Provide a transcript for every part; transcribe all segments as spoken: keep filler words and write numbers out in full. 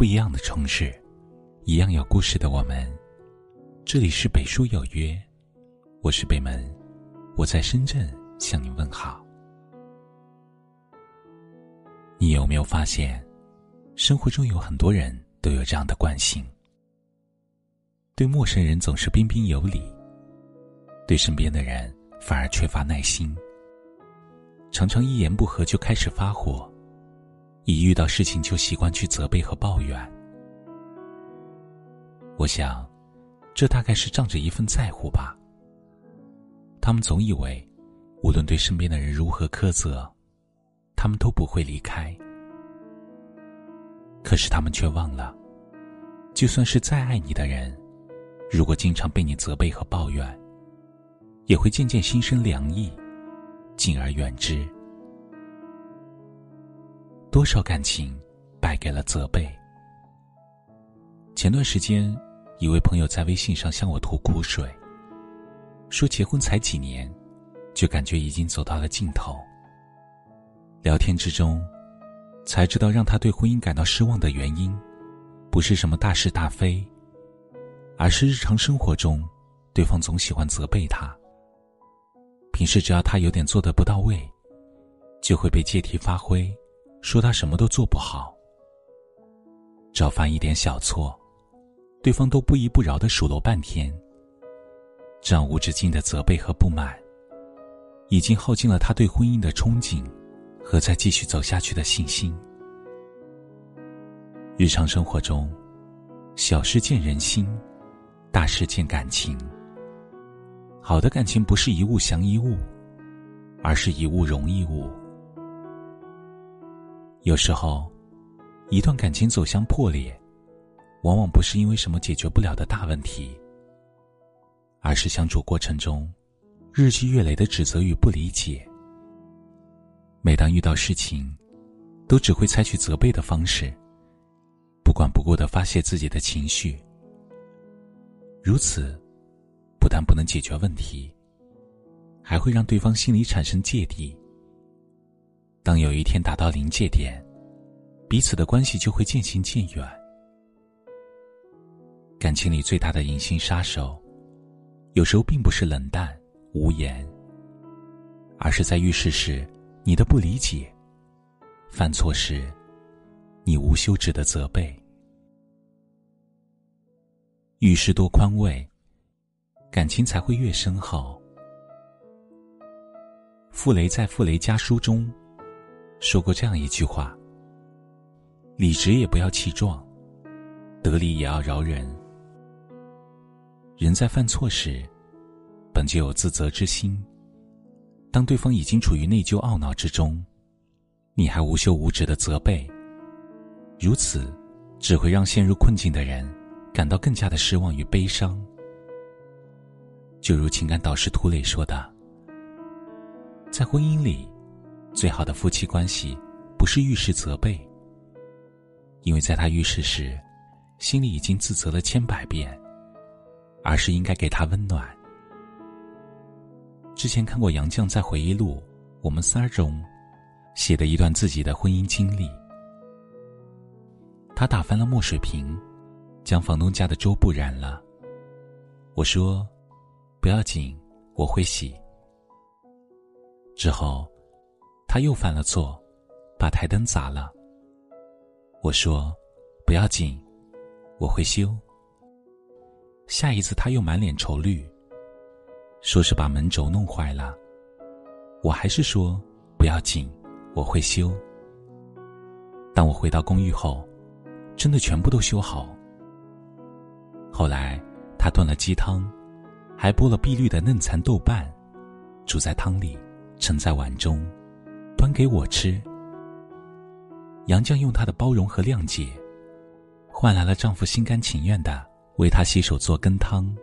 不一样的城市，一样有故事的我们。这里是北书有约，我是北门，我在深圳向你问好。你有没有发现，生活中有很多人都有这样的惯性，对陌生人总是彬彬有礼，对身边的人反而缺乏耐心，常常一言不合就开始发火，一遇到事情就习惯去责备和抱怨。我想这大概是仗着一份在乎吧。他们总以为无论对身边的人如何苛责，他们都不会离开。可是他们却忘了，就算是再爱你的人，如果经常被你责备和抱怨，也会渐渐心生凉意，敬而远之。多少感情败给了责备。前段时间，一位朋友在微信上向我吐苦水，说结婚才几年，就感觉已经走到了尽头。聊天之中，才知道让他对婚姻感到失望的原因，不是什么大是大非，而是日常生活中，对方总喜欢责备他。平时只要他有点做得不到位，就会被借题发挥，说他什么都做不好。只要犯一点小错，对方都不依不饶地数落半天。这样无止境的责备和不满，已经耗尽了他对婚姻的憧憬和再继续走下去的信心。日常生活中，小事见人心，大事见感情。好的感情不是一物降一物，而是一物容一物。有时候，一段感情走向破裂，往往不是因为什么解决不了的大问题，而是相处过程中日积月累的指责与不理解。每当遇到事情，都只会采取责备的方式，不管不顾地发泄自己的情绪。如此，不但不能解决问题，还会让对方心里产生芥蒂。当有一天达到临界点，彼此的关系就会渐行渐远。感情里最大的隐形杀手，有时候并不是冷淡无言，而是在遇事时你的不理解，犯错时你无休止的责备。遇事多宽慰，感情才会越深厚。傅雷在《傅雷家书》中说过这样一句话：理直也不要气壮，得理也要饶人。人在犯错时，本就有自责之心，当对方已经处于内疚懊恼之中，你还无休无止的责备，如此只会让陷入困境的人感到更加的失望与悲伤。就如情感导师涂磊说的，在婚姻里，最好的夫妻关系不是遇事责备，因为在他遇事时心里已经自责了千百遍，而是应该给他温暖。之前看过杨绛在回忆录《我们仨》中写的一段自己的婚姻经历。他打翻了墨水瓶，将房东家的桌布染了。我说不要紧，我会洗。之后他又犯了错，把台灯砸了。我说不要紧，我会修。下一次他又满脸愁绿，说是把门轴弄坏了。我还是说不要紧，我会修。当我回到公寓后，真的全部都修好。后来他炖了鸡汤，还剥了碧绿的嫩蚕豆瓣，煮在汤里，盛在碗中，端给我吃。杨绛用她的包容和谅解，换来了丈夫心甘情愿地为她洗手做羹汤。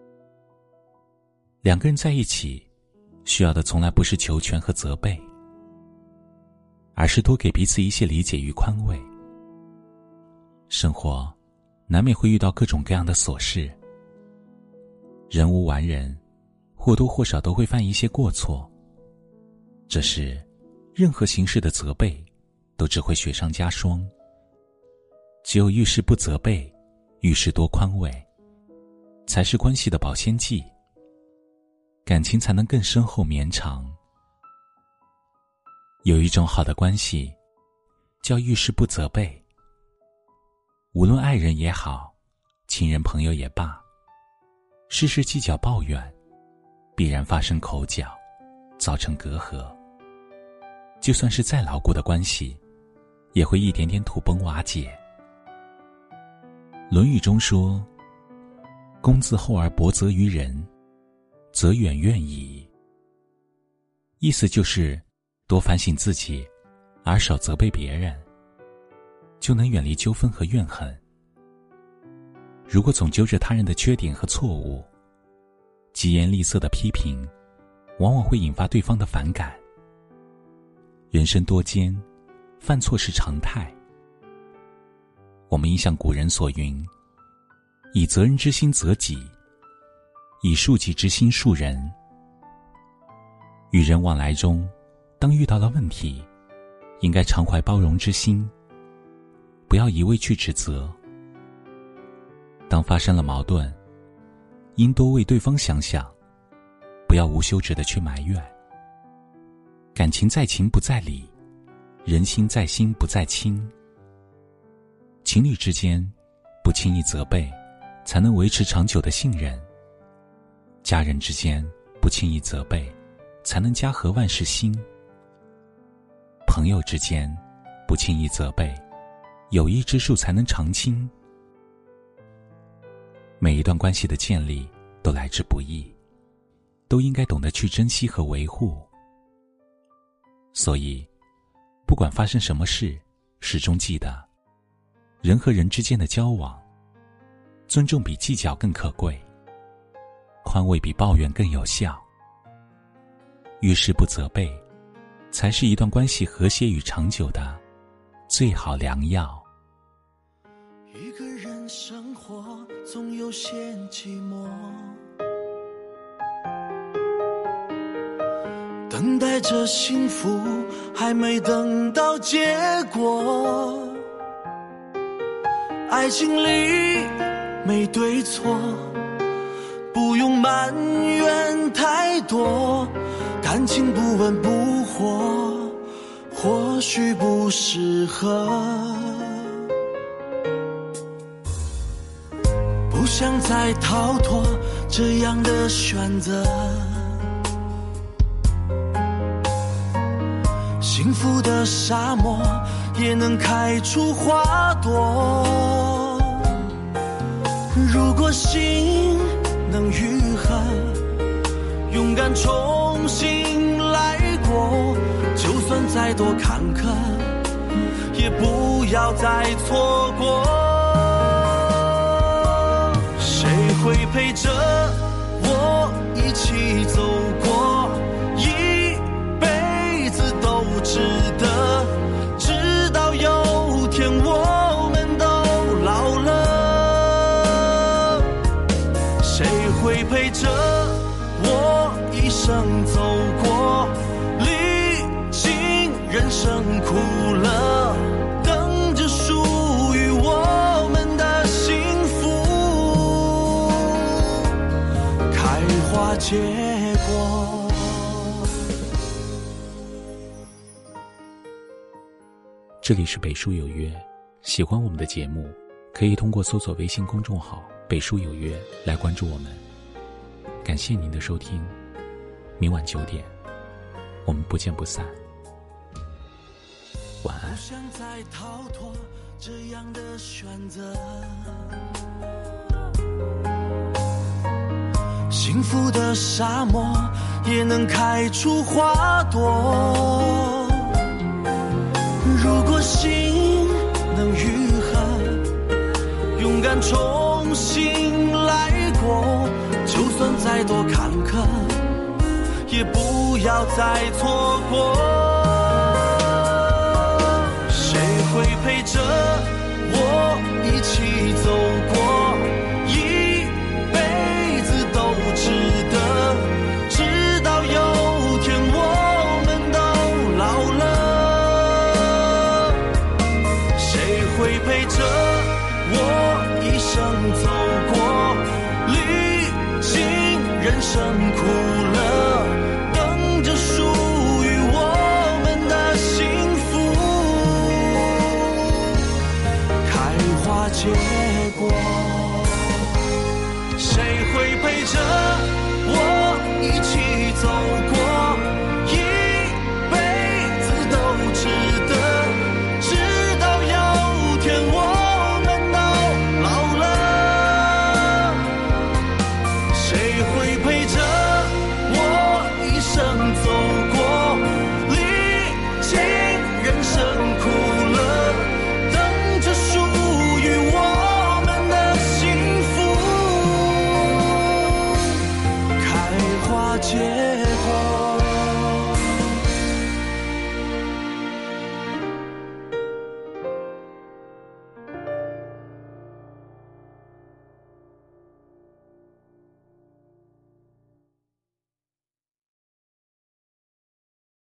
两个人在一起，需要的从来不是求全和责备，而是多给彼此一些理解与宽慰。生活难免会遇到各种各样的琐事，人无完人，或多或少都会犯一些过错。这时任何形式的责备都只会雪上加霜， 只有遇事不责备，遇事多宽慰，才是关系的保鲜剂，感情才能更深厚绵长。有一种好的关系叫遇事不责备，无论爱人也好，亲人朋友也罢，事事计较抱怨，必然发生口角，造成隔阂。就算是再牢固的关系，也会一点点土崩瓦解。论语中说，公自厚而薄责于人，则远怨矣。意思就是多反省自己，而少责备别人，就能远离纠纷和怨恨。如果总揪着他人的缺点和错误，疾言厉色的批评，往往会引发对方的反感。人生多艰，犯错是常态。我们应像古人所云，以责人之心责己，以恕己之心恕人。与人往来中，当遇到了问题，应该常怀包容之心，不要一味去指责。当发生了矛盾，应多为对方想想，不要无休止的去埋怨。感情在情不在理，人心在心不在亲。情侣之间不轻易责备，才能维持长久的信任。家人之间不轻易责备，才能家和万事兴。朋友之间不轻易责备，友谊之树才能长青。每一段关系的建立都来之不易，都应该懂得去珍惜和维护。所以不管发生什么事，始终记得，人和人之间的交往，尊重比计较更可贵，宽慰比抱怨更有效。遇事不责备，才是一段关系和谐与长久的最好良药。 一个人生活总有些寂寞，等待着幸福，还没等到结果。爱情里没对错，不用埋怨太多。感情不温不火，或许不适合。不想再逃脱这样的选择，幸福的沙漠也能开出花朵。如果心能愈合，勇敢重新来过，就算再多坎坷，也不要再错过。谁会陪着我一起走过一辈子都值得，直到有天我们都老了。谁会陪着我一生走过历经人生苦乐，等着属于我们的幸福开花结果。 这里是北书有约，喜欢我们的节目，可以通过搜索微信公众号北书有约来关注我们。感谢您的收听，明晚九点我们不见不散。晚安。 不想再逃脱这样的选择，幸福的沙漠也能开出花朵。如果心能愈合，勇敢重新来过，就算再多坎坷，也不要再错过。谁会陪着我一起走过一辈子都值得，直到有天我们都老了。谁会陪着界。